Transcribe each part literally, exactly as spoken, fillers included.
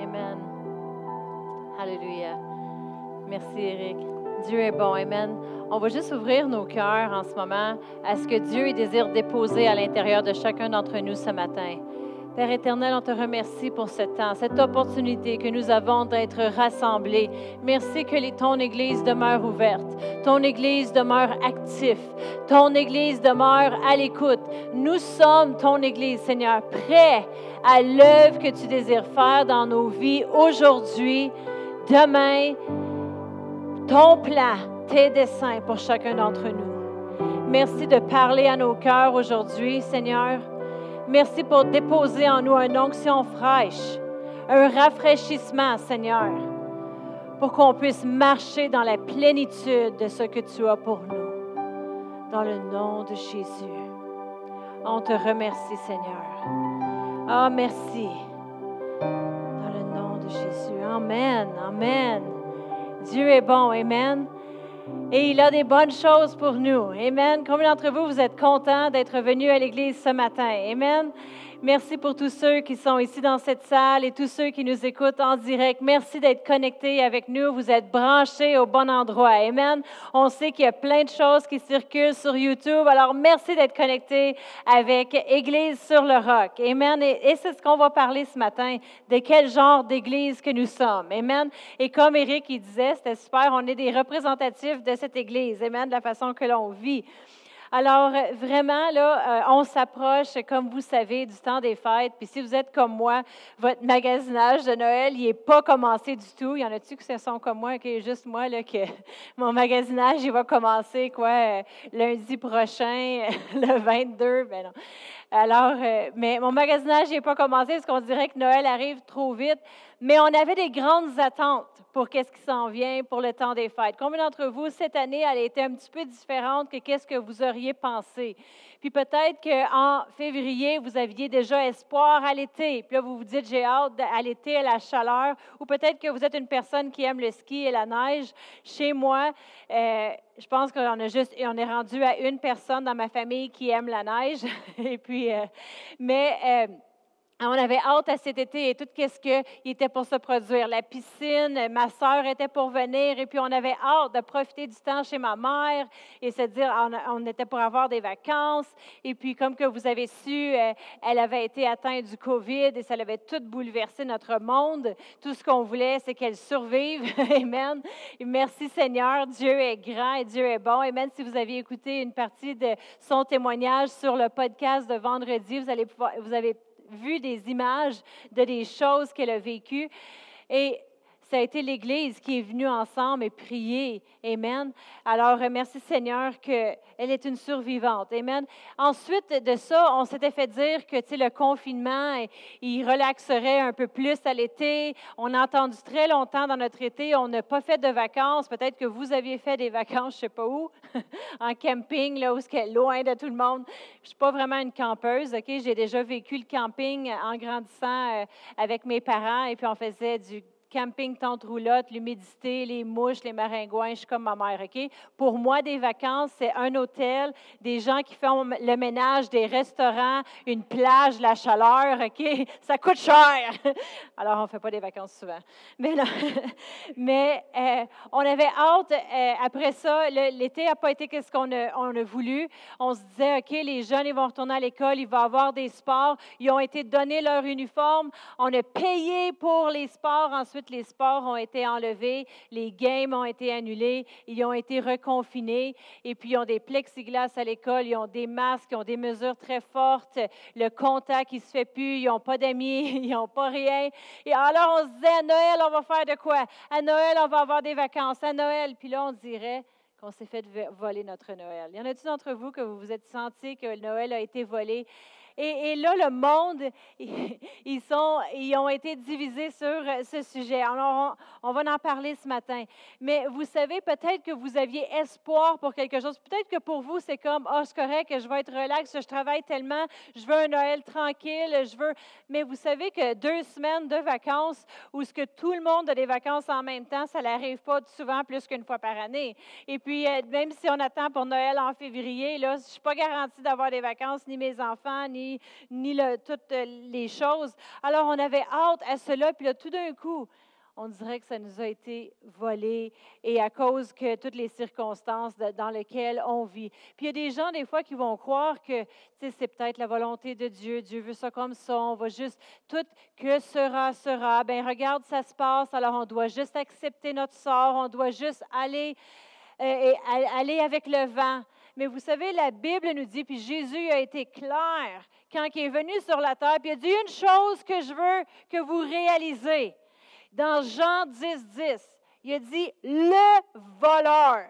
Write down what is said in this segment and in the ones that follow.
Amen. Alléluia. Merci, Éric. Dieu est bon. Amen. On va juste ouvrir nos cœurs en ce moment à ce que Dieu désire déposer à l'intérieur de chacun d'entre nous ce matin. Père éternel, on te remercie pour ce temps, cette opportunité que nous avons d'être rassemblés. Merci que les, ton Église demeure ouverte, ton Église demeure active, ton Église demeure à l'écoute. Nous sommes ton Église, Seigneur, prêts à l'œuvre que tu désires faire dans nos vies aujourd'hui, demain, ton plan, tes desseins pour chacun d'entre nous. Merci de parler à nos cœurs aujourd'hui, Seigneur. Merci pour déposer en nous une onction fraîche, un rafraîchissement, Seigneur, pour qu'on puisse marcher dans la plénitude de ce que tu as pour nous. Dans le nom de Jésus, on te remercie, Seigneur. Ah, merci. Dans le nom de Jésus. Amen. Amen. Dieu est bon. Amen. Et il a des bonnes choses pour nous. Amen. Combien d'entre vous, vous êtes contents d'être venus à l'Église ce matin? Amen. Merci pour tous ceux qui sont ici dans cette salle et tous ceux qui nous écoutent en direct. Merci d'être connectés avec nous. Vous êtes branchés au bon endroit. Amen. On sait qu'il y a plein de choses qui circulent sur YouTube. Alors, merci d'être connectés avec Église sur le roc. Amen. Et, et c'est ce qu'on va parler ce matin, de quel genre d'Église que nous sommes. Amen. Et comme Éric il disait, c'était super, on est des représentatifs de cette Église. Amen. De la façon que l'on vit. Alors, vraiment, là, euh, on s'approche, comme vous savez, du temps des fêtes. Puis si vous êtes comme moi, votre magasinage de Noël, il n'est pas commencé du tout. Il y en a-tu qui se sont comme moi, OK, juste moi, là, que mon magasinage, il va commencer, quoi, euh, lundi prochain, le vingt-deux, ben non. Alors, euh, mais mon magasinage n'est pas commencé parce qu'on dirait que Noël arrive trop vite. Mais on avait des grandes attentes pour qu'est-ce qui s'en vient pour le temps des fêtes. Combien d'entre vous, cette année, elle a été un petit peu différente que qu'est-ce que vous auriez pensé? Puis peut-être qu'en février, vous aviez déjà espoir à l'été. Puis là, vous vous dites, j'ai hâte à l'été, à la chaleur. Ou peut-être que vous êtes une personne qui aime le ski et la neige. Chez moi, euh, je pense qu'on a juste, on est rendu à une personne dans ma famille qui aime la neige. et puis, euh, mais... Euh, On avait hâte à cet été et tout ce qui était pour se produire. La piscine, ma sœur était pour venir et puis on avait hâte de profiter du temps chez ma mère et se dire on, on était pour avoir des vacances. Et puis comme que vous avez su, elle avait été atteinte du COVID et ça avait tout bouleversé notre monde. Tout ce qu'on voulait, c'est qu'elle survive. Amen. Et merci Seigneur, Dieu est grand et Dieu est bon. Amen. Si vous aviez écouté une partie de son témoignage sur le podcast de vendredi, vous allez pouvoir, vous avez vu des images de des choses qu'elle a vécues. Et ça a été l'Église qui est venue ensemble et prier. Amen. Alors, merci Seigneur qu'elle est une survivante. Amen. Ensuite de ça, on s'était fait dire que tu sais, le confinement, il relaxerait un peu plus à l'été. On a entendu très longtemps dans notre été, on n'a pas fait de vacances. Peut-être que vous aviez fait des vacances, je ne sais pas où, en camping, là où c'est loin de tout le monde. Je ne suis pas vraiment une campeuse. OK? J'ai déjà vécu le camping en grandissant euh, avec mes parents et puis on faisait du camping, tente roulotte, l'humidité, les mouches, les maringouins, je suis comme ma mère, OK? Pour moi, des vacances, c'est un hôtel, des gens qui font le ménage, des restaurants, une plage, la chaleur, OK? Ça coûte cher! Alors, on ne fait pas des vacances souvent. Mais non. Mais euh, on avait hâte, euh, après ça, le, l'été n'a pas été ce qu'on a, on a voulu. On se disait, OK, les jeunes, ils vont retourner à l'école, il va y avoir des sports. Ils ont été donnés leur uniforme. On a payé pour les sports. Ensuite, les sports ont été enlevés, les games ont été annulés, ils ont été reconfinés et puis ils ont des plexiglas à l'école, ils ont des masques, ils ont des mesures très fortes, le contact qui ne se fait plus, ils n'ont pas d'amis, ils n'ont pas rien. Et alors on se disait, à Noël, on va faire de quoi? À Noël, on va avoir des vacances. À Noël, puis là, on dirait qu'on s'est fait voler notre Noël. Y en a-t-il d'entre vous que vous vous êtes senti que Noël a été volé? Et, et là, le monde, ils, sont, ils ont été divisés sur ce sujet. Alors, on, on va en parler ce matin. Mais vous savez, peut-être que vous aviez espoir pour quelque chose. Peut-être que pour vous, c'est comme, ah, oh, c'est correct, je vais être relax, je travaille tellement, je veux un Noël tranquille, je veux... Mais vous savez que deux semaines de vacances, où ce que tout le monde a des vacances en même temps, ça n'arrive pas souvent plus qu'une fois par année. Et puis, même si on attend pour Noël en février, là, je ne suis pas garantie d'avoir des vacances, ni mes enfants, ni ni, ni le, toutes les choses. Alors, on avait hâte à cela, puis là, tout d'un coup, on dirait que ça nous a été volé et à cause que toutes les circonstances de, dans lesquelles on vit. Puis il y a des gens, des fois, qui vont croire que c'est peut-être la volonté de Dieu. Dieu veut ça comme ça. On va juste, tout que sera, sera. Bien, regarde, ça se passe. Alors, on doit juste accepter notre sort. On doit juste aller, euh, et, aller avec le vent. Mais vous savez, la Bible nous dit, puis Jésus a été clair quand il est venu sur la terre, puis il a dit une chose que je veux que vous réalisez. Dans Jean dix, dix, il a dit « Le voleur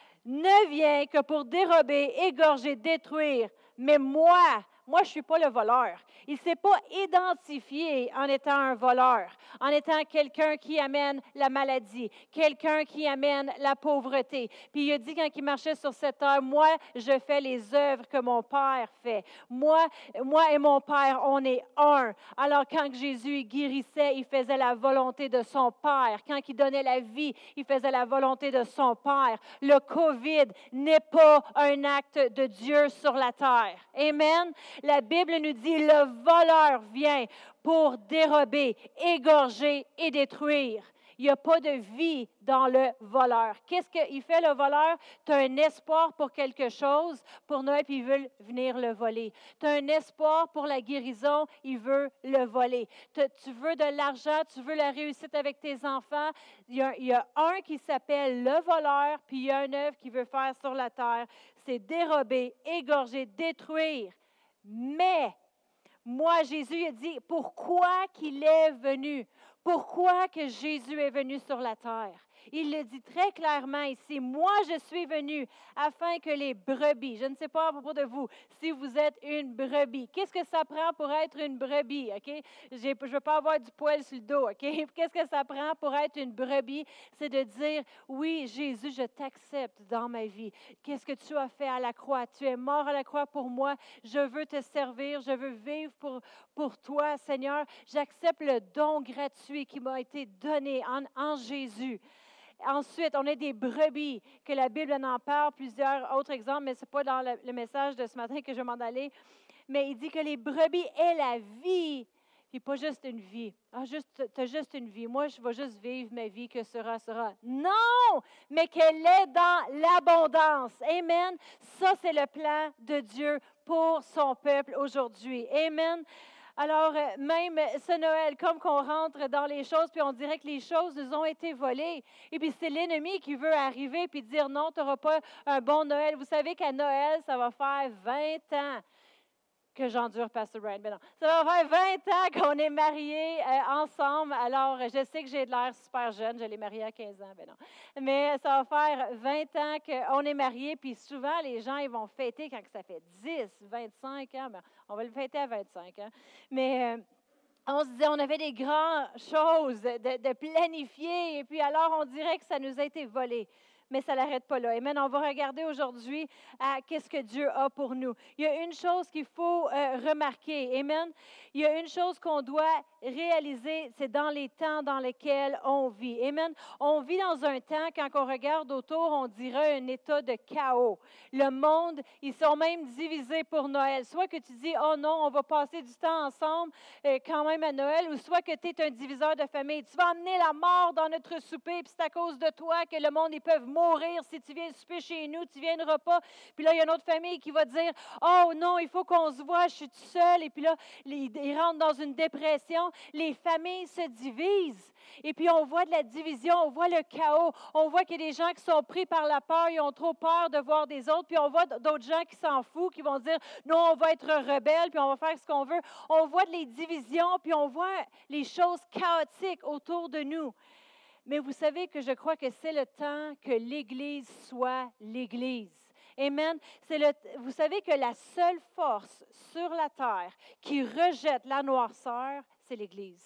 ne vient que pour dérober, égorger, détruire. Mais moi, moi, je ne suis pas le voleur. » Il ne s'est pas identifié en étant un voleur, en étant quelqu'un qui amène la maladie, quelqu'un qui amène la pauvreté. Puis il a dit quand il marchait sur cette terre, « Moi, je fais les œuvres que mon Père fait. Moi, moi et mon Père, on est un. » Alors quand Jésus guérissait, il faisait la volonté de son Père. Quand il donnait la vie, il faisait la volonté de son Père. Le COVID n'est pas un acte de Dieu sur la terre. Amen. La Bible nous dit, le voleur vient pour dérober, égorger et détruire. Il n'y a pas de vie dans le voleur. Qu'est-ce qu'il fait, le voleur? Tu as un espoir pour quelque chose pour Noël, puis il veut venir le voler. Tu as un espoir pour la guérison, il veut le voler. Tu, tu veux de l'argent, tu veux la réussite avec tes enfants. Il y a, il y a un qui s'appelle le voleur, puis il y a un œuvre qu'il veut faire sur la terre. C'est dérober, égorger, détruire. Mais, moi, Jésus a dit, pourquoi qu'il est venu? Pourquoi que Jésus est venu sur la terre? Il le dit très clairement ici. Moi, je suis venu afin que les brebis, je ne sais pas à propos de vous, si vous êtes une brebis, qu'est-ce que ça prend pour être une brebis? Okay? J'ai, je ne veux pas avoir du poil sur le dos. Okay? Qu'est-ce que ça prend pour être une brebis? C'est de dire, oui, Jésus, je t'accepte dans ma vie. Qu'est-ce que tu as fait à la croix? Tu es mort à la croix pour moi. Je veux te servir. Je veux vivre pour, pour toi, Seigneur. J'accepte le don gratuit qui m'a été donné en, en Jésus. Ensuite, on est des brebis, que la Bible en parle, plusieurs autres exemples, mais ce n'est pas dans le, le message de ce matin que je vais m'en aller. Mais il dit que les brebis aient la vie, puis pas juste une vie. Ah, juste, tu as juste une vie. Moi, je vais juste vivre ma vie, que sera, sera. Non, mais qu'elle est dans l'abondance. Amen. Ça, c'est le plan de Dieu pour son peuple aujourd'hui. Amen. Alors, même ce Noël, comme qu'on rentre dans les choses, puis on dirait que les choses nous ont été volées. Et puis, c'est l'ennemi qui veut arriver puis dire non, tu n'auras pas un bon Noël. Vous savez qu'à Noël, ça va faire vingt ans que j'endure Pastor Brian. Ben non, ça va faire vingt ans qu'on est mariés euh, ensemble. Alors, je sais que j'ai de l'air super jeune. Je l'ai marié à quinze ans. Ben non. Mais ça va faire vingt ans qu'on est mariés. Puis souvent, les gens, ils vont fêter quand ça fait dix, vingt-cinq ans. Ben, on va le fêter à vingt-cinq ans. Mais... Euh, on se disait, on avait des grandes choses de, de planifier. Et puis alors, on dirait que ça nous a été volé. Mais ça n'arrête pas là. Amen. On va regarder aujourd'hui à qu'est-ce que Dieu a pour nous. Il y a une chose qu'il faut euh, remarquer. Amen. Il y a une chose qu'on doit réaliser, c'est dans les temps dans lesquels on vit. Amen. On vit dans un temps, quand on regarde autour, on dirait un état de chaos. Le monde, ils sont même divisés pour Noël. Soit que tu dis, oh non, on va passer du temps ensemble euh, quand même à Noël, ou soit que tu es un diviseur de famille. Tu vas amener la mort dans notre souper, puis c'est à cause de toi que le monde, ils peuvent mourir si tu viens souper chez nous, tu viendras pas. Puis là, il y a une autre famille qui va dire, oh non, il faut qu'on se voit, je suis tout seul. Et puis là, les, ils rentrent dans une dépression. Les familles se divisent. Et puis, on voit de la division, on voit le chaos. On voit qu'il y a des gens qui sont pris par la peur, ils ont trop peur de voir des autres. Puis, on voit d'autres gens qui s'en foutent, qui vont dire, non, on va être rebelles, puis on va faire ce qu'on veut. On voit les divisions, puis on voit les choses chaotiques autour de nous. Mais vous savez que je crois que c'est le temps que l'Église soit l'Église. Amen. C'est le, vous savez que la seule force sur la terre qui rejette la noirceur, c'est l'Église.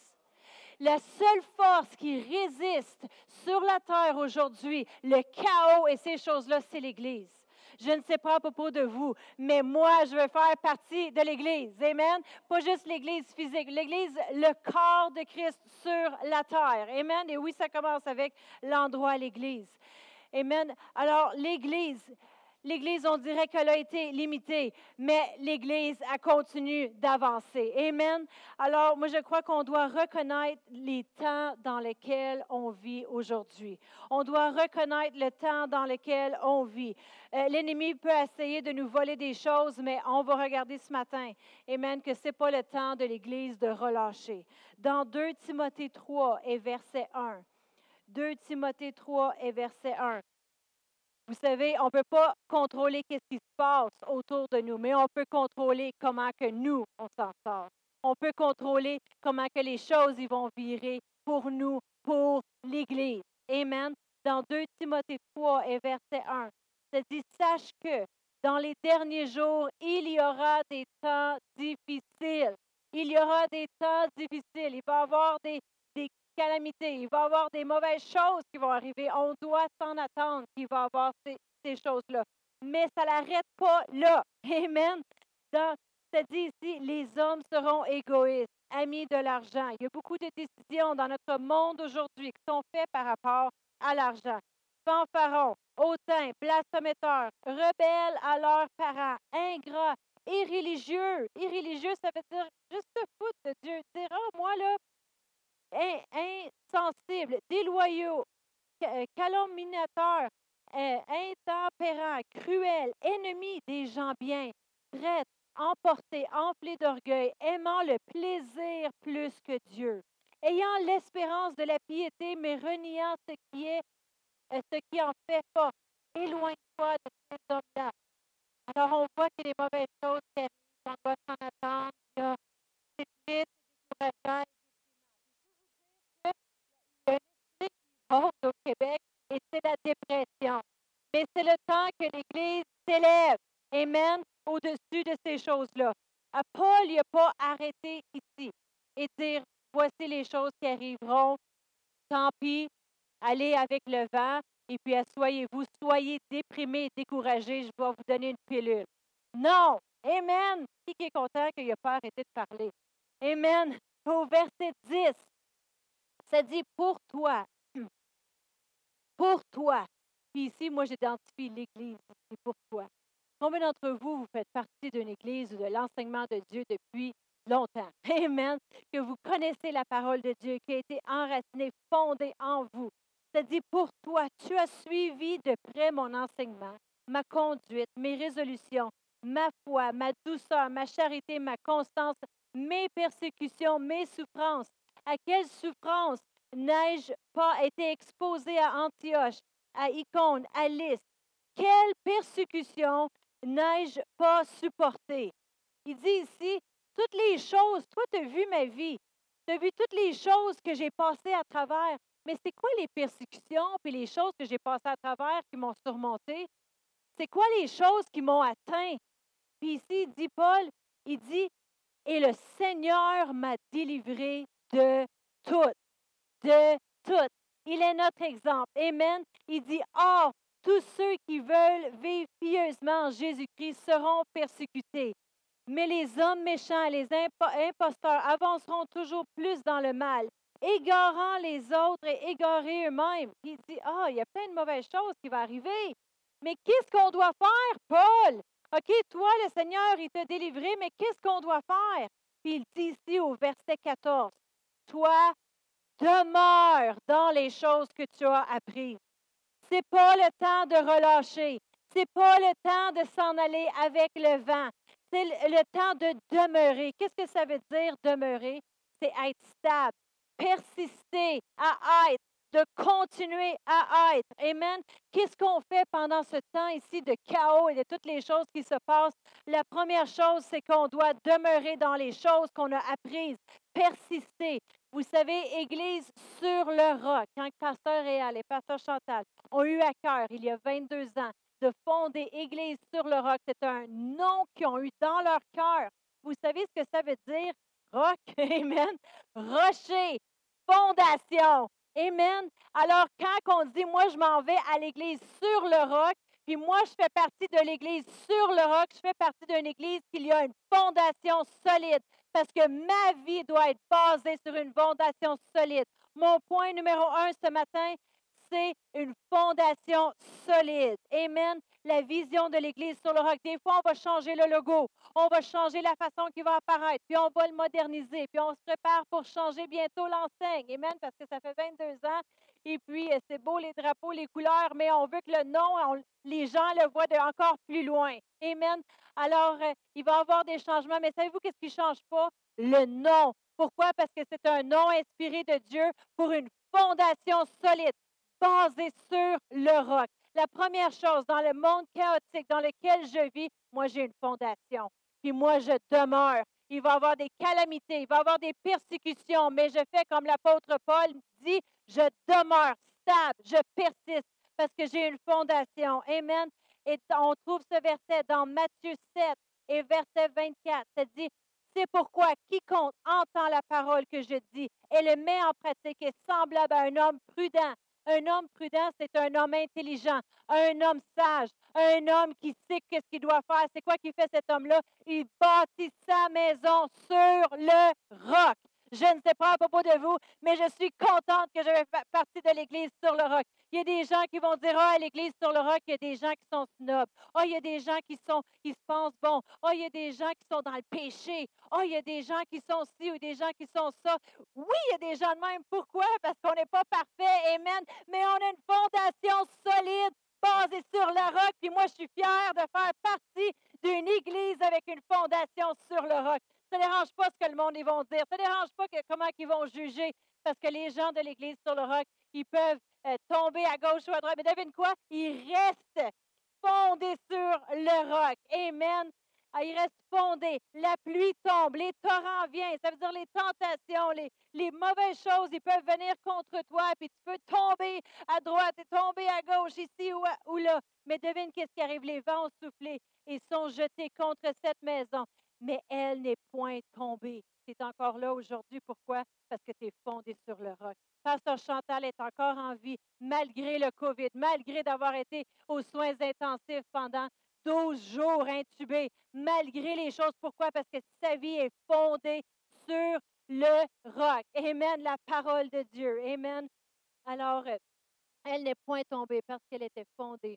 La seule force qui résiste sur la terre aujourd'hui, le chaos et ces choses-là, c'est l'Église. Je ne sais pas à propos de vous, mais moi, je veux faire partie de l'Église. Amen. Pas juste l'Église physique, l'Église, le corps de Christ sur la terre. Amen. Et oui, ça commence avec l'endroit, l'Église. Amen. Alors, l'Église, l'Église, on dirait qu'elle a été limitée, mais l'Église a continué d'avancer. Amen. Alors, moi, je crois qu'on doit reconnaître les temps dans lesquels on vit aujourd'hui. On doit reconnaître le temps dans lequel on vit. Euh, l'ennemi peut essayer de nous voler des choses, mais on va regarder ce matin, amen, que ce n'est pas le temps de l'Église de relâcher. Dans deux Timothée trois et verset un, deux Timothée trois et verset un, vous savez, on ne peut pas contrôler ce qui se passe autour de nous, mais on peut contrôler comment que nous, on s'en sort. On peut contrôler comment que les choses ils vont virer pour nous, pour l'Église. Amen. Dans deux Timothée trois et verset un, ça dit, sache que dans les derniers jours, il y aura des temps difficiles. Il y aura des temps difficiles. Il va y avoir des, des calamités. Il va y avoir des mauvaises choses qui vont arriver. On doit s'en attendre qu'il va y avoir ces, ces choses-là. Mais ça ne l'arrête pas là. Amen. Dans, ça dit ici, les hommes seront égoïstes, amis de l'argent. Il y a beaucoup de décisions dans notre monde aujourd'hui qui sont faites par rapport à l'argent. Fanfarons, hautains, blasphémateurs, rebelles à leurs parents, ingrats, irréligieux. Irréligieux, ça veut dire juste se foutre de Dieu. Dire, oh, moi là, insensibles, déloyaux, calomniateurs, euh, intempérants, cruels, ennemis des gens bien, traîtres, emportés, enflés d'orgueil, aimant le plaisir plus que Dieu, ayant l'espérance de la piété, mais reniant ce qui est, euh, ce qui en fait pas. Éloigne-toi de ces hommes-là. Alors, on voit qu'il y a des mauvaises choses qui arrivent, on doit s'en attendre. Il y a c'est triste, c'est décourageant. Il y a un esprit qui monte au Québec et c'est la dépression. Mais c'est le temps que l'Église s'élève, amen, au-dessus de ces choses-là. À Paul, il n'a pas arrêté ici et dire, voici les choses qui arriveront, tant pis, allez avec le vent et puis asseyez-vous, soyez déprimés, découragés, je vais vous donner une pilule. Non, amen. Qui est content qu'il n'a pas arrêté de parler? Amen. Au verset dix, ça dit pour toi, pour toi. Puis ici, moi, j'identifie l'Église, c'est pour toi. Combien d'entre vous, vous faites partie d'une Église ou de l'enseignement de Dieu depuis longtemps? Amen. Que vous connaissez la parole de Dieu qui a été enracinée, fondée en vous. Ça dit pour toi, tu as suivi de près mon enseignement, ma conduite, mes résolutions, ma foi, ma douceur, ma charité, ma constance, mes persécutions, mes souffrances. À quelle souffrance n'ai-je pas été exposé à Antioche, à Icône, à Lys? Quelle persécution n'ai-je pas supporté? Il dit ici, toutes les choses, toi tu as vu ma vie, tu as vu toutes les choses que j'ai passées à travers, mais c'est quoi les persécutions puis les choses que j'ai passées à travers qui m'ont surmonté? C'est quoi les choses qui m'ont atteint? Puis ici, il dit Paul, il dit, et le Seigneur m'a délivré de tout, de tout. Il est notre exemple. Amen. Il dit, or, tous ceux qui veulent vivre pieusement en Jésus-Christ seront persécutés. Mais les hommes méchants et les impo- imposteurs avanceront toujours plus dans le mal, égarant les autres et égarés eux-mêmes. Puis il dit, ah, il y a plein de mauvaises choses qui vont arriver. Mais qu'est-ce qu'on doit faire, Paul? OK, toi, le Seigneur, il t'a délivré, mais qu'est-ce qu'on doit faire? Puis il dit ici au verset quatorze, toi, demeure dans les choses que tu as apprises. Ce n'est pas le temps de relâcher. Ce n'est pas le temps de s'en aller avec le vent. C'est le temps de demeurer. Qu'est-ce que ça veut dire, demeurer? C'est être stable, persister à être, de continuer à être. Amen. Qu'est-ce qu'on fait pendant ce temps ici de chaos et de toutes les choses qui se passent? La première chose, c'est qu'on doit demeurer dans les choses qu'on a apprises, persister. Vous savez, Église sur le roc, quand le pasteur Réal et pasteur Chantal ont eu à cœur, il y a vingt-deux ans, de fonder Église sur le roc, c'est un nom qu'ils ont eu dans leur cœur. Vous savez ce que ça veut dire? Roc, amen. Rocher, fondation, amen. Alors, quand on dit, moi, je m'en vais à l'Église sur le roc, puis moi, je fais partie de l'Église sur le roc, je fais partie d'une Église qui a une fondation solide. Parce que ma vie doit être basée sur une fondation solide. Mon point numéro un ce matin, c'est une fondation solide. Amen. la vision de l'Église sur le roc. Des fois, on va changer le logo, on va changer la façon qu'il va apparaître, puis on va le moderniser, puis on se prépare pour changer bientôt l'enseigne. Amen, parce que ça fait vingt-deux ans, et puis euh, c'est beau les drapeaux, les couleurs, mais on veut que le nom, on- les gens le voient de encore plus loin. Amen. Alors, euh, il va y avoir des changements, mais savez-vous qu'est-ce qui ne change pas? Le nom. Pourquoi? Parce que c'est un nom inspiré de Dieu pour une fondation solide, basée sur le roc. La première chose, dans le monde chaotique dans lequel je vis, moi, j'ai une fondation. Puis moi, je demeure. Il va y avoir des calamités, il va y avoir des persécutions, mais je fais comme l'apôtre Paul dit, je demeure stable, je persiste parce que j'ai une fondation. Amen. Et on trouve ce verset dans Matthieu sept et verset vingt-quatre. Ça dit, c'est pourquoi quiconque entend la parole que je dis et le met en pratique est semblable à un homme prudent. Un homme prudent, c'est un homme intelligent, un homme sage, un homme qui sait qu'est-ce qu'il doit faire. C'est quoi qui fait cet homme-là? Il bâtit sa maison sur le roc. Je ne sais pas à propos de vous, mais je suis contente que je fais partie de l'Église sur le roc. Il y a des gens qui vont dire, ah, à l'Église sur le roc, il y a des gens qui sont snobs. Ah, il y a des gens qui sont, qui se pensent bons. Ah, il y a des gens qui sont dans le péché. Ah, il y a des gens qui sont ci ou des gens qui sont ça. Oui, il y a des gens de même. Pourquoi? Parce qu'on n'est pas parfait. Amen. Mais on a une fondation solide basée sur le roc. Puis moi, je suis fière de faire partie d'une Église avec une fondation sur le roc. Ça ne dérange pas ce que le monde ils vont dire. Ça ne dérange pas que, comment ils vont juger. Parce que les gens de l'Église sur le roc, ils peuvent euh, tomber à gauche ou à droite. Mais devine quoi? Ils restent fondés sur le roc. Amen. Ah, ils restent fondés. La pluie tombe, les torrents viennent. Ça veut dire les tentations, les, les mauvaises choses, ils peuvent venir contre toi. Puis tu peux tomber à droite et tomber à gauche, ici ou, à- ou là. Mais devine qu'est-ce qui arrive. Les vents ont soufflé et sont jetés contre cette maison. Mais elle n'est point tombée. C'est encore là aujourd'hui. Pourquoi? Parce que tu es fondé sur le roc. Pasteur Chantal est encore en vie, malgré le COVID, malgré d'avoir été aux soins intensifs pendant douze jours intubé, malgré les choses. Pourquoi? Parce que sa vie est fondée sur le roc. Amen, la parole de Dieu. Amen. Alors, euh, elle n'est point tombée parce qu'elle était fondée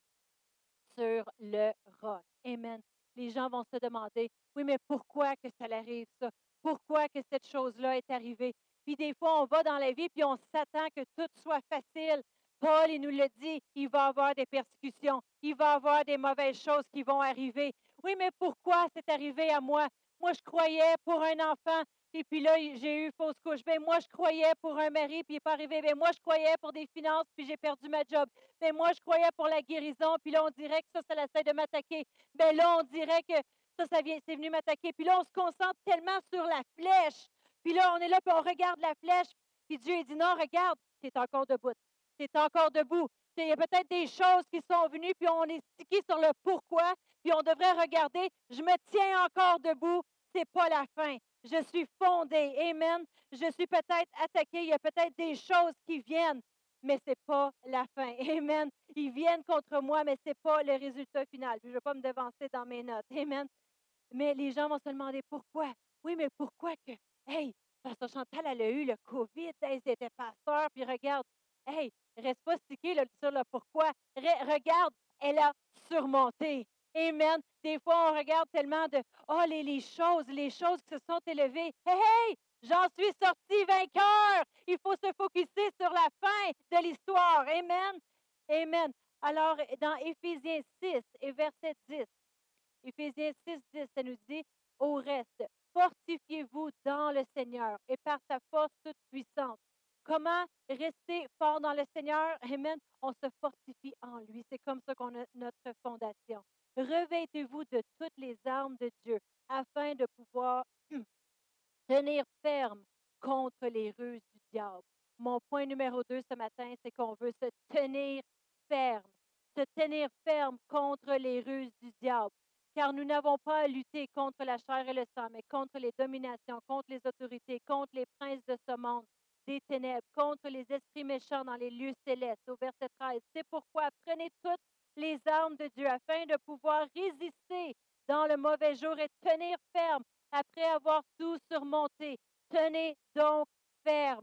sur le roc. Amen. Les gens vont se demander, oui, mais pourquoi que ça arrive, ça? Pourquoi que cette chose-là est arrivée? Puis des fois, on va dans la vie, puis on s'attend que tout soit facile. Paul, il nous le dit, il va y avoir des persécutions, il va y avoir des mauvaises choses qui vont arriver. Oui, mais pourquoi c'est arrivé à moi? Moi, je croyais pour un enfant, et puis là, j'ai eu fausse couche. Ben, moi, je croyais pour un mari, puis il n'est pas arrivé. Ben, moi, je croyais pour des finances, puis j'ai perdu ma job. Ben, moi, je croyais pour la guérison, puis là, on dirait que ça, ça essaie de m'attaquer. Ben, là, on dirait que ça, ça vient, c'est venu m'attaquer. Puis là, on se concentre tellement sur la flèche. Puis là, on est là, puis on regarde la flèche. Puis Dieu, il dit, non, regarde, tu es encore debout. Tu es encore debout. Il y a peut-être des choses qui sont venues, puis on est stické sur le pourquoi, puis on devrait regarder, je me tiens encore debout, c'est pas la fin. Je suis fondée. Amen. Je suis peut-être attaquée. Il y a peut-être des choses qui viennent, mais ce n'est pas la fin. Amen. Ils viennent contre moi, mais ce n'est pas le résultat final. Je ne vais pas me devancer dans mes notes. Amen. Mais les gens vont se demander pourquoi. Oui, mais pourquoi que, hey, Pasteur Chantal, elle a eu le COVID, elle était pasteur, puis regarde, hey, reste pas stické là, sur le pourquoi. Re- regarde, elle a surmonté. Amen. Des fois, on regarde tellement de, oh, les, les choses, les choses qui se sont élevées. Hey, hey, j'en suis sorti vainqueur. Il faut se focuser sur la fin de l'histoire. Amen. Amen. Alors, dans Éphésiens six et verset dix, Éphésiens six, dix, ça nous dit, au reste, fortifiez-vous dans le Seigneur et par sa force toute puissante. Comment rester fort dans le Seigneur? Amen. On se fortifie en lui. C'est comme ça qu'on a notre fondation. Revêtez-vous de toutes les armes de Dieu afin de pouvoir tenir ferme contre les ruses du diable. Mon point numéro deux ce matin, c'est qu'on veut se tenir ferme, se tenir ferme contre les ruses du diable. Car nous n'avons pas à lutter contre la chair et le sang, mais contre les dominations, contre les autorités, contre les princes de ce monde, des ténèbres, contre les esprits méchants dans les lieux célestes. Au verset treize, c'est pourquoi prenez toutes les armes de Dieu afin de pouvoir résister dans le mauvais jour et tenir ferme après avoir tout surmonté. Tenez donc ferme.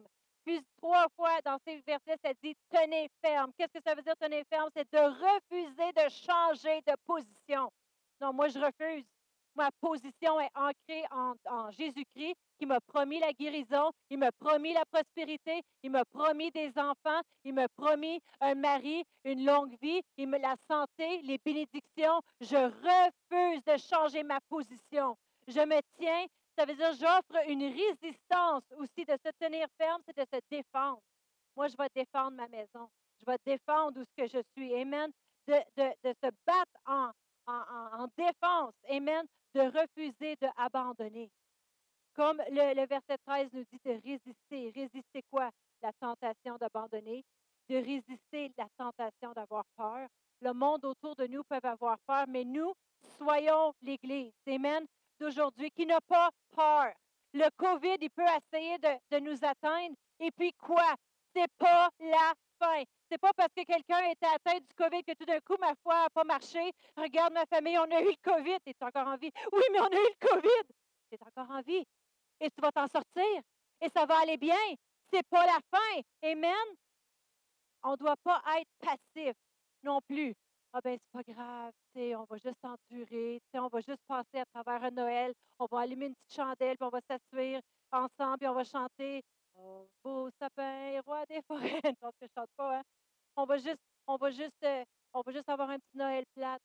Puis trois fois dans ces versets, ça dit « tenez ferme ». Qu'est-ce que ça veut dire « tenez ferme »? C'est de refuser de changer de position. Non, moi, je refuse. Ma position est ancrée en, en Jésus-Christ qui m'a promis la guérison, il m'a promis la prospérité, il m'a promis des enfants, il m'a promis un mari, une longue vie, il me la santé, les bénédictions. Je refuse de changer ma position. Je me tiens, ça veut dire j'offre une résistance aussi de se tenir ferme, c'est de se défendre. Moi, je vais défendre ma maison. Je vais défendre où ce que je suis. Amen. De, de, de se battre en, en, en, en défense. Amen. De refuser d'abandonner. Comme le, le verset treize nous dit de résister. Résister quoi? La tentation d'abandonner. De résister la tentation d'avoir peur. Le monde autour de nous peut avoir peur, mais nous, soyons l'Église. Amen. D'aujourd'hui, qui n'a pas peur. Le COVID, il peut essayer de, de nous atteindre. Et puis quoi? C'est pas la fin. C'est pas parce que quelqu'un était atteint du COVID que tout d'un coup, ma foi n'a pas marché. Regarde ma famille, on a eu le COVID. Tu es encore en vie. Oui, mais on a eu le COVID. Tu es encore en vie. Et tu vas t'en sortir. Et ça va aller bien. C'est pas la fin. Amen. On ne doit pas être passif non plus. Ah ben c'est pas grave, on va juste endurer, on va juste passer à travers un Noël, on va allumer une petite chandelle, puis on va s'asseoir ensemble, puis on va chanter Oh, beau sapin, roi des forêts. Je pense que je chante pas, hein? On va juste, on va juste, euh, on va juste avoir un petit Noël plate.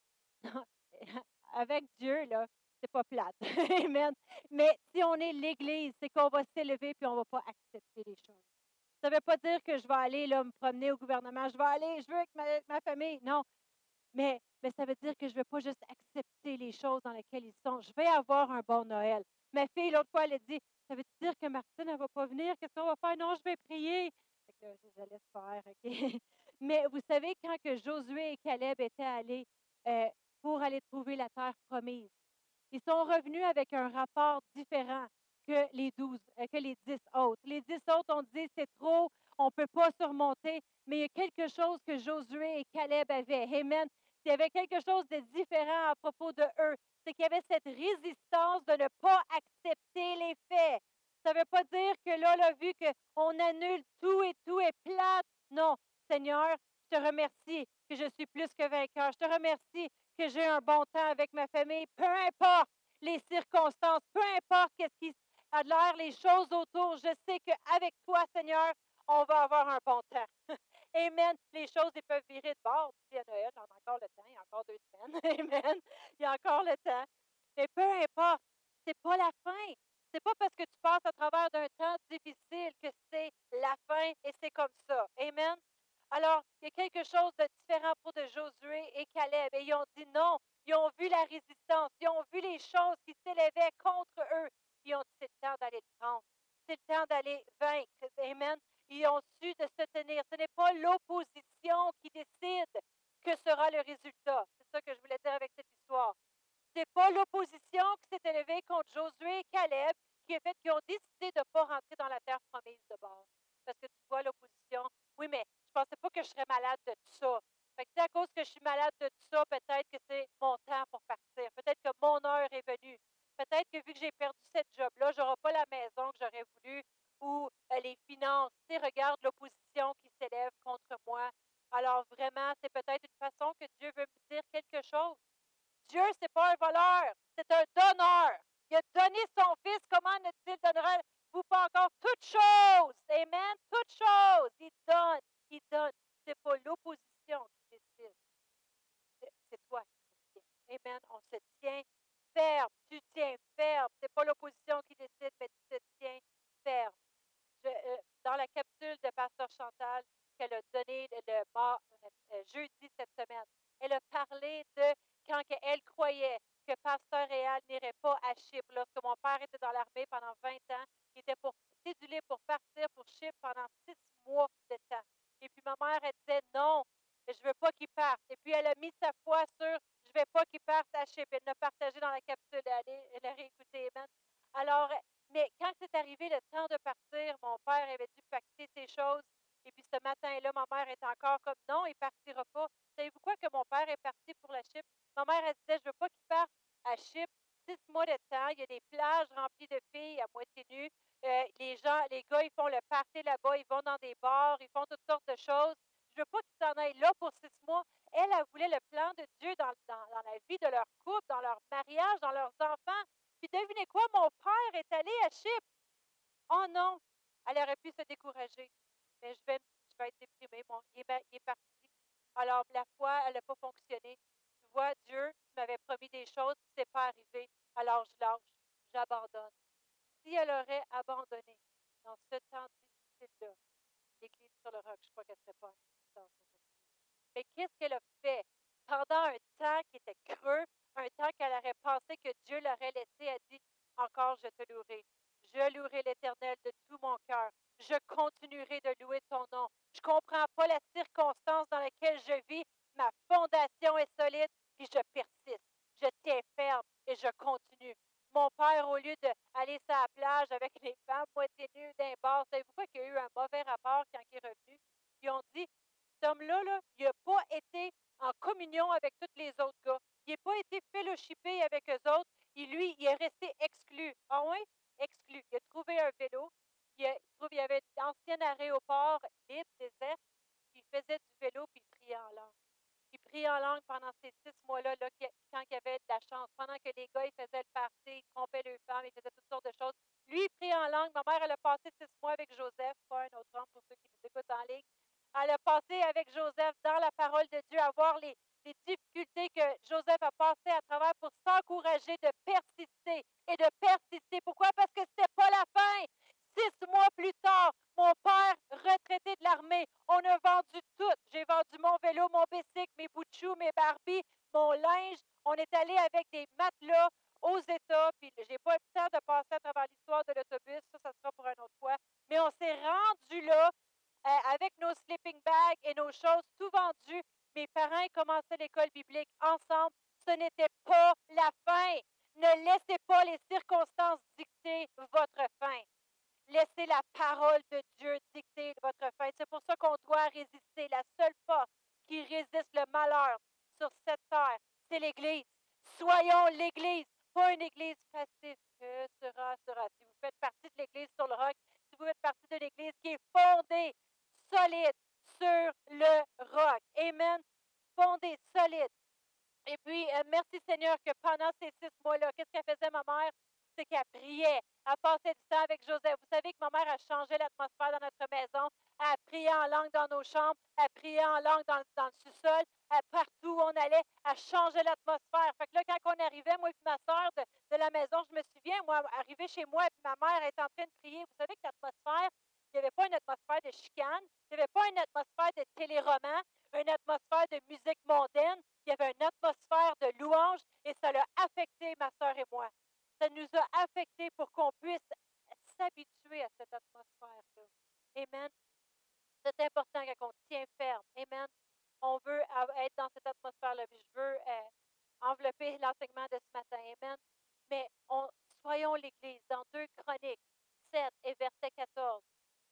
Avec Dieu, là, c'est pas plate. Amen. Mais si on est l'Église, c'est qu'on va s'élever puis on ne va pas accepter les choses. Ça ne veut pas dire que je vais aller là, me promener au gouvernement, je vais aller, je veux avec ma, ma famille. Non. Mais, mais ça veut dire que je ne vais pas juste accepter les choses dans lesquelles ils sont. Je vais avoir un bon Noël. Ma fille, l'autre fois, elle a dit ça veut dire que Martine, elle ne va pas venir? Qu'est-ce qu'on va faire? Non, je vais prier. Fait que, je laisse faire, OK? Mais vous savez, quand que Josué et Caleb étaient allés euh, pour aller trouver la terre promise, ils sont revenus avec un rapport différent que les douze, euh, que les dix autres. Les dix autres ont dit c'est trop, on ne peut pas surmonter, mais il y a quelque chose que Josué et Caleb avaient. Amen. Il y avait quelque chose de différent à propos de eux. C'est qu'il y avait cette résistance de ne pas accepter les faits. Ça ne veut pas dire que là, là vu qu'on annule tout et tout est plate. Non, Seigneur, je te remercie que je suis plus que vainqueur. Je te remercie que j'ai un bon temps avec ma famille. Peu importe les circonstances, peu importe qu'est-ce qui a de l'air, les choses autour, je sais qu'avec toi, Seigneur, on va avoir un bon temps. Amen. Les choses, ils peuvent virer de bord. Puis à Noël, on a encore le temps. Il y a encore deux semaines. Amen. Il y a encore le temps. Mais peu importe, c'est pas la fin. C'est pas parce que tu passes à travers d'un temps difficile que c'est la fin et c'est comme ça. Amen. Alors, il y a quelque chose de différent pour de Josué et Caleb. Et ils ont dit non. Ils ont vu la résistance. Ils ont vu les choses qui s'élevaient contre eux. Ils ont dit c'est le temps d'aller le prendre. C'est le temps d'aller vaincre. Amen. Ils ont su de se tenir. Ce n'est pas l'opposition qui décide que sera le résultat. C'est ça que je voulais dire avec cette histoire. Ce n'est pas l'opposition qui s'est élevée contre Josué et Caleb qui a fait qu'ils ont décidé de ne pas rentrer dans la terre promise de bord. Parce que tu vois l'opposition. Oui, mais je ne pensais pas que je serais malade de tout ça. Fait que, à cause que je suis malade de tout ça, peut-être que c'est mon temps pour partir. Peut-être que mon heure est venue. Peut-être que vu que j'ai perdu cette job-là, je n'aurai pas la maison que j'aurais voulu ou euh, les finances. Tu sais, regarde l'opposition qui s'élève contre moi. Alors vraiment, c'est peut-être une façon que Dieu veut me dire quelque chose. Dieu, ce n'est pas un voleur, c'est un donneur. Il a donné son Fils, comment ne-t-il donnerait-vous pas encore toutes choses? Amen, toutes choses. Il donne, il donne. Ce n'est pas l'opposition qui décide. C'est toi qui te tiens. Amen, on se tient ferme. Tu tiens ferme. Ce n'est pas l'opposition qui décide, mais tu te tiens ferme. Je, euh, dans la capsule de Pasteur Chantal qu'elle a donnée le, le euh, jeudi cette semaine, elle a parlé de quand elle croyait que Pasteur Réal n'irait pas à Chypre. Lorsque mon père était dans l'armée pendant vingt ans, il était pour cédulé pour partir pour Chypre pendant six mois de temps. Et puis ma mère, elle disait non, je ne veux pas qu'il parte. Et puis elle a mis sa foi sur je ne veux pas qu'il parte à Chypre. Elle l'a partagé dans la capsule. Elle, elle a réécouté. Amen. Alors, mais quand c'est arrivé le temps de partir, mon père avait dû pacter ses choses. Et puis ce matin-là, ma mère est encore comme non, il ne partira pas. Savez-vous quoi que mon père est parti pour la Chypre? Ma mère, elle disait, je ne veux pas qu'il parte à Chypre. six mois de temps, il y a des plages remplies de filles à moitié nues. Euh, les gens, les gars, ils font le party là-bas, ils vont dans des bars, ils font toutes sortes de choses. Je veux pas qu'ils s'en aillent là pour six mois. Elle, elle voulait le plan de Dieu dans, dans, dans la vie de leur couple, dans leur mariage, dans leurs enfants. Puis devinez quoi, mon père est allé à Chypre. Oh non, elle aurait pu se décourager. Mais je vais, je vais être déprimée. Bon, il est, il est parti. Alors, la foi, elle n'a pas fonctionné. Tu vois, Dieu m'avait promis des choses, puis ce n'est pas arrivé. Alors, je lâche, j'abandonne. Si elle aurait abandonné dans ce temps difficile-là, l'Église sur le roc, je crois qu'elle ne serait pas en existence aujourd'hui. Mais qu'est-ce qu'elle a fait? Pendant un temps qui était creux, un temps qu'elle aurait pensé que Dieu l'aurait laissé, elle dit, encore je te louerai. Je louerai l'Éternel de tout mon cœur. Je continuerai de louer ton nom. Je ne comprends pas la circonstance dans laquelle je vis. Ma fondation est solide, puis je persiste. Je tiens ferme et je continue. Mon père, au lieu d'aller sur la plage avec les femmes moitié nues d'un bar, savez-vous quoi qu'il y a eu un mauvais rapport quand il est revenu? Ils ont dit, cet homme-là, là, il n'a pas été en communion avec tous les autres gars. Il n'a pas été fellowshippé avec eux autres. Et lui, il est resté exclu. Ah oui? Exclu. Il a trouvé un vélo. Il, a, il, trouve, il y avait un ancien aéroport libre, désert. Puis il faisait du vélo, puis il priait en langue. Il priait en langue pendant ces six mois-là, là, quand il y avait de la chance. Pendant que les gars, ils faisaient le party, ils trompaient leurs femmes, ils faisaient toutes sortes de choses. Lui, il priait en langue. Ma mère, elle a passé six mois avec Joseph, pas un autre homme pour ceux qui nous écoutent en ligne. Elle a passé avec Joseph dans la parole de Dieu à voir les, les difficultés que Joseph a passées à travers pour s'encourager de persister et de persister. Pourquoi? Parce que c'était pas la fin. Six mois plus tard, mon père, retraité de l'armée, on a vendu tout. J'ai vendu mon vélo, mon bicycle, mes bouts de choux, mes Barbies, mon linge. On est allé avec des matelas aux États, puis j'ai pas eu le temps de passer à travers l'histoire de l'autobus, ça, ça sera pour une autre fois. Mais on s'est rendu là euh, avec nos sleeping bags et nos choses, tout vendu. Mes parents commençaient l'école biblique ensemble. Ce n'était pas la fin. Ne laissez pas les circonstances dicter votre fin. Laissez la parole de Dieu dicter votre fin. C'est pour ça qu'on doit résister. La seule force qui résiste le malheur sur cette terre, c'est l'Église. Soyons l'Église, pas une Église passive. Que sera, sera. Si vous faites partie de l'Église sur le roc, si vous faites partie de l'Église qui est fondée, solide, sur le roc. Amen. Fondée, solide. Et puis, euh, merci Seigneur que pendant ces six mois-là, qu'est-ce qu'elle faisait ma mère? C'est qu'elle priait. Elle passait du temps avec Joseph. Vous savez que ma mère a changé l'atmosphère dans notre maison. Elle a prié en langue dans nos chambres. Elle a prié en langue dans, dans le sous-sol. Elle, partout où on allait, elle changeait l'atmosphère. Fait que là, quand on arrivait, moi et ma soeur de, de la maison, je me souviens, moi, arriver chez moi et puis ma mère est en train de prier. Vous savez que l'atmosphère, il n'y avait pas une atmosphère de chicane. Il n'y avait pas une atmosphère de téléroman, une atmosphère de musique mondaine. Il y avait une atmosphère de louange et ça l'a affecté ma soeur et moi. Ça nous a affectés pour qu'on puisse s'habituer à cette atmosphère-là. Amen. C'est important quand on tient ferme. Amen. On veut être dans cette atmosphère-là. Puis je veux euh, envelopper l'enseignement de ce matin. Amen. Mais on, soyons l'Église dans deux Chroniques sept et verset quatorze.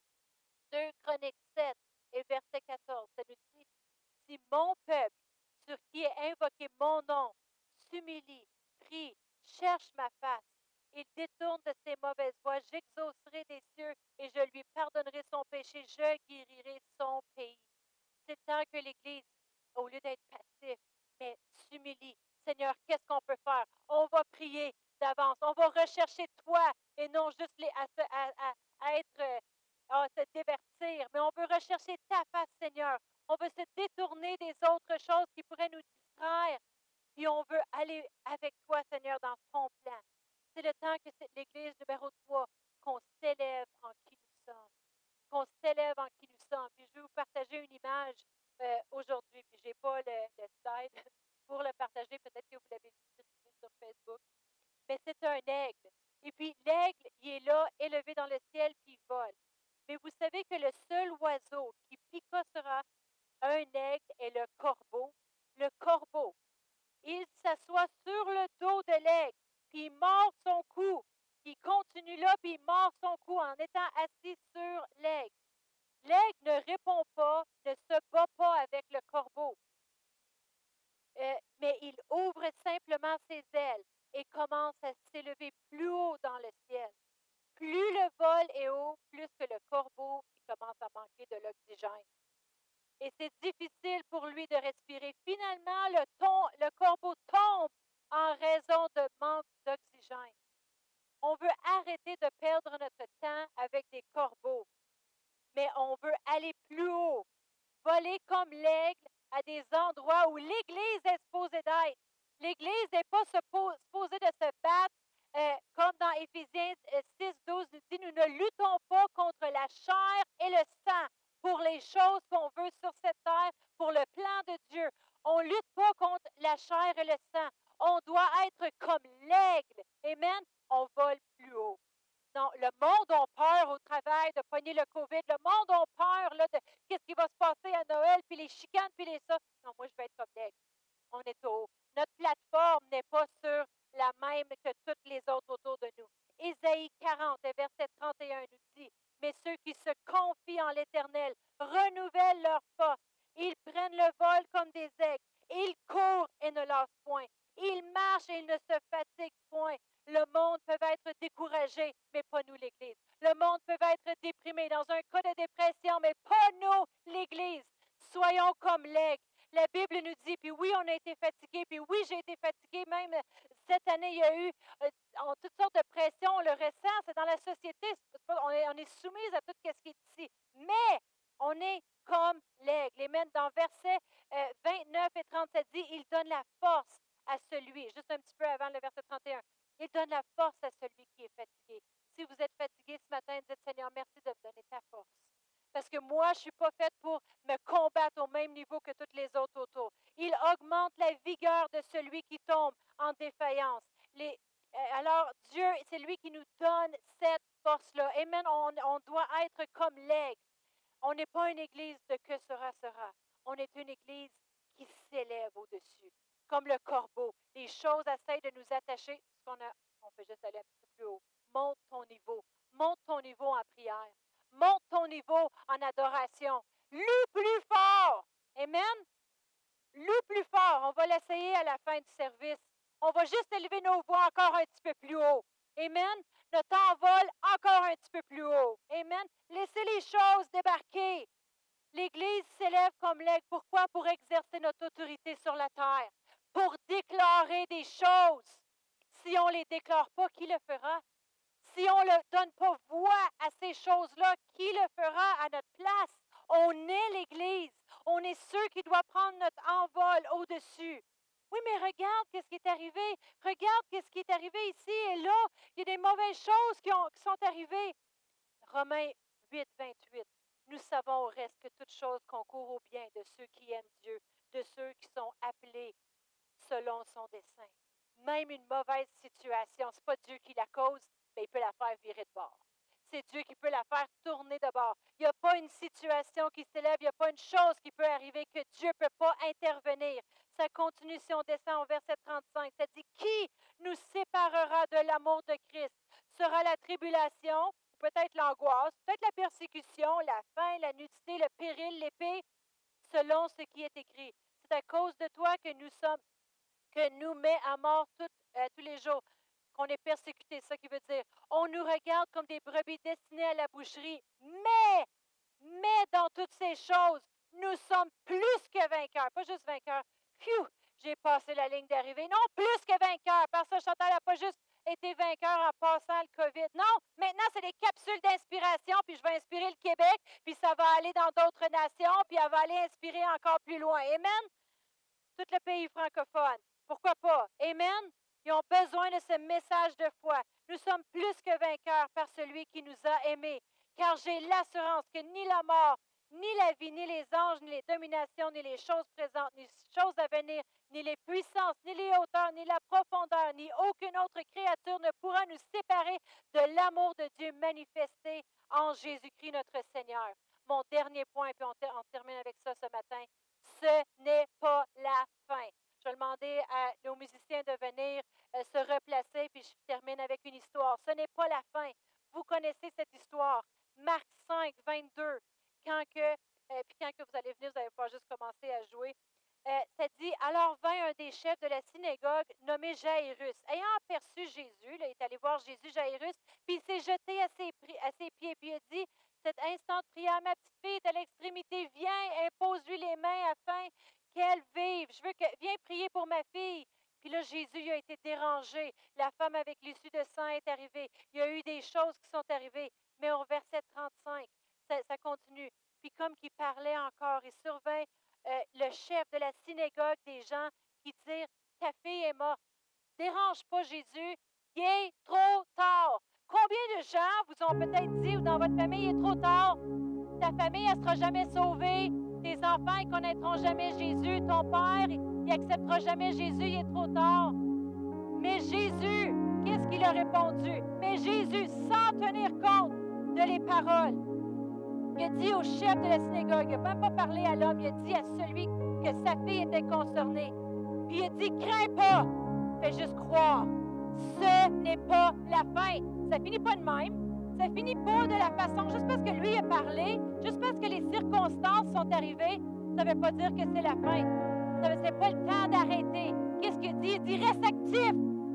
deux Chroniques sept et verset quatorze. Ça nous dit, si mon peuple, sur qui est invoqué mon nom, s'humilie, prie, cherche ma face, il détourne de ses mauvaises voies, j'exaucerai des cieux et je lui pardonnerai son péché, je guérirai son pays. C'est temps que l'Église, au lieu d'être passif, mais s'humilie. Seigneur, qu'est-ce qu'on peut faire? On va prier d'avance, on va rechercher toi et non juste les, à, à, à, à être, à se divertir, mais on veut rechercher ta face, Seigneur. On veut se détourner des autres choses qui pourraient nous distraire. Puis on veut aller avec toi, Seigneur, dans ton plan. C'est le temps que c'est l'Église numéro trois, qu'on s'élève en qui nous sommes. Qu'on s'élève en qui nous sommes. Puis je vais vous partager une image euh, aujourd'hui. Puis je n'ai pas le, le slide pour le partager. Peut-être que vous l'avez distribué sur Facebook. Mais c'est un aigle. Et puis l'aigle, il est là, élevé dans le ciel, puis il vole. Mais vous savez que le seul oiseau qui picossera un aigle est le corbeau. Le corbeau, il s'assoit sur le dos de l'aigle, puis il mord son cou. Il continue là, puis il mord son cou en étant assis sur l'aigle. L'aigle ne répond pas, ne se bat pas avec le corbeau, euh, mais il ouvre simplement ses ailes et commence à s'élever plus haut dans le ciel. Plus le vol est haut, plus que le corbeau il commence à manquer de l'oxygène. Et c'est difficile pour lui de respirer. Finalement, le, ton, le corbeau tombe en raison de manque d'oxygène. On veut arrêter de perdre notre temps avec des corbeaux, mais on veut aller plus haut, voler comme l'aigle à des endroits où l'Église est supposée d'être. L'Église n'est pas supposée de se battre euh, comme dans Éphésiens six, douze nous dit, nous ne luttons pas contre la chair et le sang pour les choses qu'on veut sur cette terre, pour le plan de Dieu. On ne lutte pas contre la chair et le sang. On doit être comme l'aigle. Amen. On vole plus haut. Non, le monde a peur au travail de pogner le COVID. Le monde a peur là, de qu'est-ce qui va se passer à Noël, puis les chicanes, puis les ça. Non, moi, je vais être comme l'aigle. On est haut. Notre plateforme n'est pas sur la même que toutes les autres autour de nous. Ésaïe quarante, verset trente et un nous dit, « Mais ceux qui se confient en l'Éternel renouvellent leur force. Ils prennent le vol comme des aigles. Ils courent et ne lassent point. Ils marchent et ils ne se fatiguent point. Le monde peut être découragé, mais pas nous, l'Église. Le monde peut être déprimé dans un cas de dépression, mais pas nous, l'Église. Soyons comme l'aigle. La Bible nous dit, puis oui, on a été fatigué, puis oui, j'ai été fatigué. Même cette année, il y a eu euh, en toutes sortes de pressions. On le ressent, c'est dans la société. On est, on est soumise à tout ce qui est ici. Mais on est comme l'aigle. Et même dans versets euh, vingt-neuf et trente, ça dit, il donne la force à celui, juste un petit peu avant le verset trente et un. Il donne la force à celui qui est fatigué. Si vous êtes fatigué ce matin, dites Seigneur, merci de me donner ta force. Parce que moi, je ne suis pas faite pour me combattre au même niveau que toutes les autres autour. Il augmente la vigueur de celui qui tombe en défaillance. Les, alors, Dieu, c'est lui qui nous donne cette force-là. Amen. On, on doit être comme l'aigle. On n'est pas une église de que sera, sera. On est une église qui s'élève au-dessus. Comme le corbeau. Les choses essayent de nous attacher. Ce qu'on a, on peut juste aller un petit peu plus haut. Monte ton niveau. Monte ton niveau en prière. Monte ton niveau en adoration. Loue plus fort. Amen. Loue plus fort. On va l'essayer à la fin du service. On va juste élever nos voix encore un petit peu plus haut. Amen. Notre envol encore un petit peu plus haut. Amen. Laissez les choses débarquer. L'Église s'élève comme l'aigle. Pourquoi? Pour exercer notre autorité sur la terre. Pour déclarer des choses. Si on ne les déclare pas, qui le fera? Si on ne donne pas voix à ces choses-là, qui le fera à notre place? On est l'Église. On est ceux qui doivent prendre notre envol au-dessus. Oui, mais regarde ce qui est arrivé. Regarde ce qui est arrivé ici et là. Il y a des mauvaises choses qui, ont, qui sont arrivées. Romains huit, vingt-huit. Nous savons au reste que toute chose concourt au bien de ceux qui aiment Dieu, de ceux qui sont appelés selon son dessein. Même une mauvaise situation, ce n'est pas Dieu qui la cause, mais il peut la faire virer de bord. C'est Dieu qui peut la faire tourner de bord. Il n'y a pas une situation qui s'élève, il n'y a pas une chose qui peut arriver que Dieu ne peut pas intervenir. Ça continue si on descend au verset trente-cinq. Ça dit, qui nous séparera de l'amour de Christ? Sera la tribulation, peut-être l'angoisse, peut-être la persécution, la faim, la nudité, le péril, l'épée, selon ce qui est écrit. C'est à cause de toi que nous sommes, que nous met à mort tout, euh, tous les jours. Qu'on est persécuté, c'est ça qui veut dire. On nous regarde comme des brebis destinées à la boucherie. Mais, mais dans toutes ces choses, nous sommes plus que vainqueurs. Pas juste vainqueurs. Phew, j'ai passé la ligne d'arrivée. Non, plus que vainqueurs. Parce que Chantal n'a pas juste été vainqueur en passant le COVID. Non, maintenant, c'est des capsules d'inspiration, puis je vais inspirer le Québec, puis ça va aller dans d'autres nations, puis elle va aller inspirer encore plus loin. Amen? Tout le pays francophone. Pourquoi pas? Amen? Ils ont besoin de ce message de foi. Nous sommes plus que vainqueurs par celui qui nous a aimés. Car j'ai l'assurance que ni la mort, ni la vie, ni les anges, ni les dominations, ni les choses présentes, ni les choses à venir, ni les puissances, ni les hauteurs, ni la profondeur, ni aucune autre créature ne pourra nous séparer de l'amour de Dieu manifesté en Jésus-Christ notre Seigneur. Mon dernier point, puis on, ter- on termine avec ça ce matin. Ce n'est pas la fin. Je vais demander à nos musiciens de venir euh, se replacer, puis je termine avec une histoire. Ce n'est pas la fin. Vous connaissez cette histoire. Marc cinq, vingt-deux. Quand que, euh, puis quand que vous allez venir, vous allez pas juste commencer à jouer. euh, ça dit, alors vint un des chefs de la synagogue nommé Jairus. Ayant aperçu Jésus, là, il est allé voir Jésus, Jairus, puis il s'est jeté à ses, à ses pieds, puis il a dit, cet instant de prière, ma petite fille est à l'extrémité, viens, impose-lui les mains afin qu'elle vive. Je veux que, viens prier pour ma fille. Puis là, Jésus il a été dérangé. La femme avec l'issue de sang est arrivée. Il y a eu des choses qui sont arrivées. Mais au verset trente-cinq, ça, ça continue. Puis comme qu'il parlait encore, il survint euh, le chef de la synagogue des gens qui dirent, ta fille est morte. Dérange pas Jésus, il est trop tard. Combien de gens vous ont peut-être dit, ou dans votre famille, il est trop tard, ta famille, elle ne sera jamais sauvée, tes enfants, ils ne connaîtront jamais Jésus, ton père, il n'acceptera jamais Jésus, il est trop tard. Mais Jésus, qu'est-ce qu'il a répondu? Mais Jésus, sans tenir compte de les paroles, il a dit au chef de la synagogue, il n'a même pas parlé à l'homme, il a dit à celui que sa fille était concernée. Puis il a dit, crains pas, fais juste croire. Ce n'est pas la fin. Ça finit pas de même. Ça finit pas de la façon, juste parce que lui a parlé, juste parce que les circonstances sont arrivées, ça ne veut pas dire que c'est la fin. Ça n'est pas le temps d'arrêter. Qu'est-ce qu'il dit? Il dit, reste actif.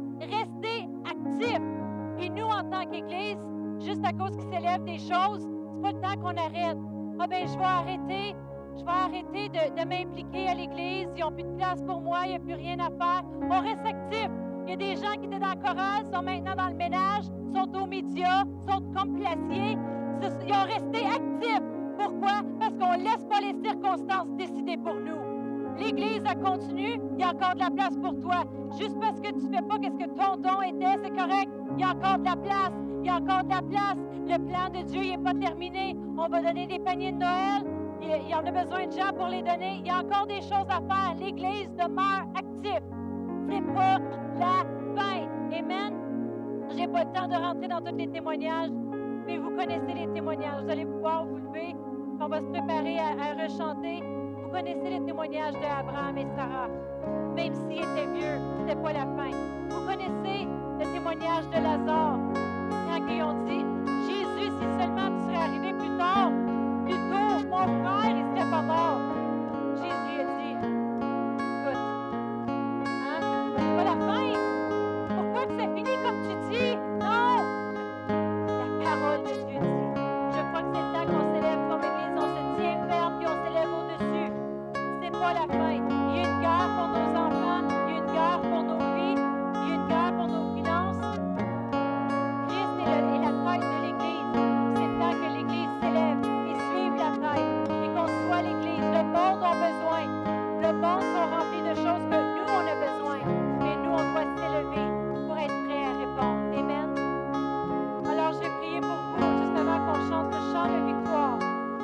Restez actif. Puis nous, en tant qu'Église, juste à cause qu'il s'élève des choses, c'est pas le temps qu'on arrête. Ah ben, je vais arrêter. Je vais arrêter de, de m'impliquer à l'Église. Ils n'ont plus de place pour moi. Il n'y a plus rien à faire. On reste actif. Il y a des gens qui étaient dans le chorale, sont maintenant dans le ménage, sont aux médias, sont comme placiers. Ils ont resté actifs. Pourquoi? Parce qu'on ne laisse pas les circonstances décider pour nous. L'Église a continué, il y a encore de la place pour toi. Juste parce que tu ne fais pas ce que ton don était, c'est correct. Il y a encore de la place. Il y a encore de la place. Le plan de Dieu n'est pas terminé. On va donner des paniers de Noël. Il y en a besoin de gens pour les donner. Il y a encore des choses à faire. L'Église demeure active. C'est pas la fin. Amen. Je n'ai pas le temps de rentrer dans tous les témoignages, mais vous connaissez les témoignages. Vous allez pouvoir vous lever. On va se préparer à, à rechanter. Vous connaissez les témoignages d'Abraham et Sarah. Même s'ils étaient vieux, ce n'était pas la fin. Vous connaissez le témoignage de Lazare. Quand ils ont dit, Jésus, si seulement tu serais arrivé plus tard, plus tôt, mon frère, il ne serait pas mort. Jésus a dit, écoute, hein, c'est pas la fin. Pourquoi que ça finit comme tu dis? Non! La parole de Dieu dit. Je crois que c'est le temps qu'on s'élève comme Église, on se tient ferme puis on s'élève au-dessus. C'est pas la fin. Il y a une guerre pour nos enfants, il y a une guerre pour nos vies, il y a une guerre pour nos finances. Christ est, le, est la tête de l'Église. C'est le temps que l'Église s'élève et suive la tête et qu'on soit l'Église. Le monde a besoin. Le monde sont remplis de choses que nous, on a besoin. Mais nous, on doit s'élever pour être prêts à répondre. Amen. Alors, je vais prier pour vous juste avant qu'on chante le chant de victoire.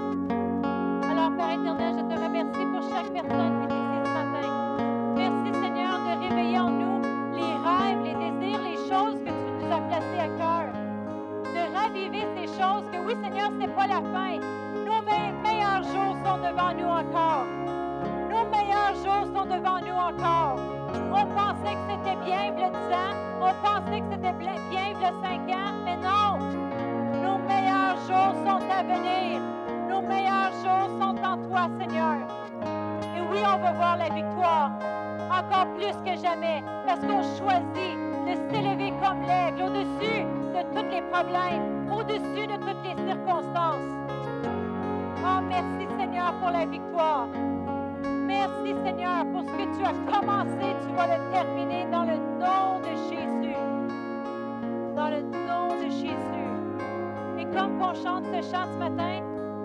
Alors, Père éternel, je te remercie pour chaque personne qui est ici ce matin. Merci, Seigneur, de réveiller en nous les rêves, les désirs, les choses que tu nous as placées à cœur. De raviver ces choses que, oui, Seigneur, ce n'est pas la fin. Nos me- meilleurs jours sont devant nous encore. Nos meilleurs jours sont devant nous encore. On pensait que c'était bien, il y a dix ans. On pensait que c'était bien, il y a cinq ans. Mais non! Nos meilleurs jours sont à venir. Nos meilleurs jours sont en toi, Seigneur. Et oui, on va voir la victoire. Encore plus que jamais. Parce qu'on choisit de s'élever comme l'aigle au-dessus de tous les problèmes, au-dessus de toutes les circonstances. Oh, merci, Seigneur, pour la victoire. Merci, Seigneur, pour ce que tu as commencé. Tu vas le terminer dans le nom de Jésus. Dans le nom de Jésus. Et comme on chante ce chant ce matin,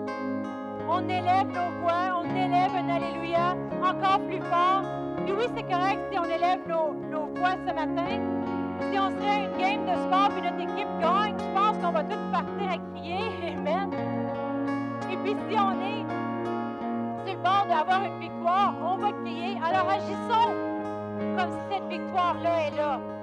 on élève nos voix, on élève un Alléluia encore plus fort. Et oui, c'est correct si on élève nos, nos voix ce matin. Si on serait une game de sport et notre équipe gagne, je pense qu'on va tous partir à crier. Amen. Et puis si on est sur le bord d'avoir une victoire, on va crier. Alors agissons comme si cette victoire-là est là.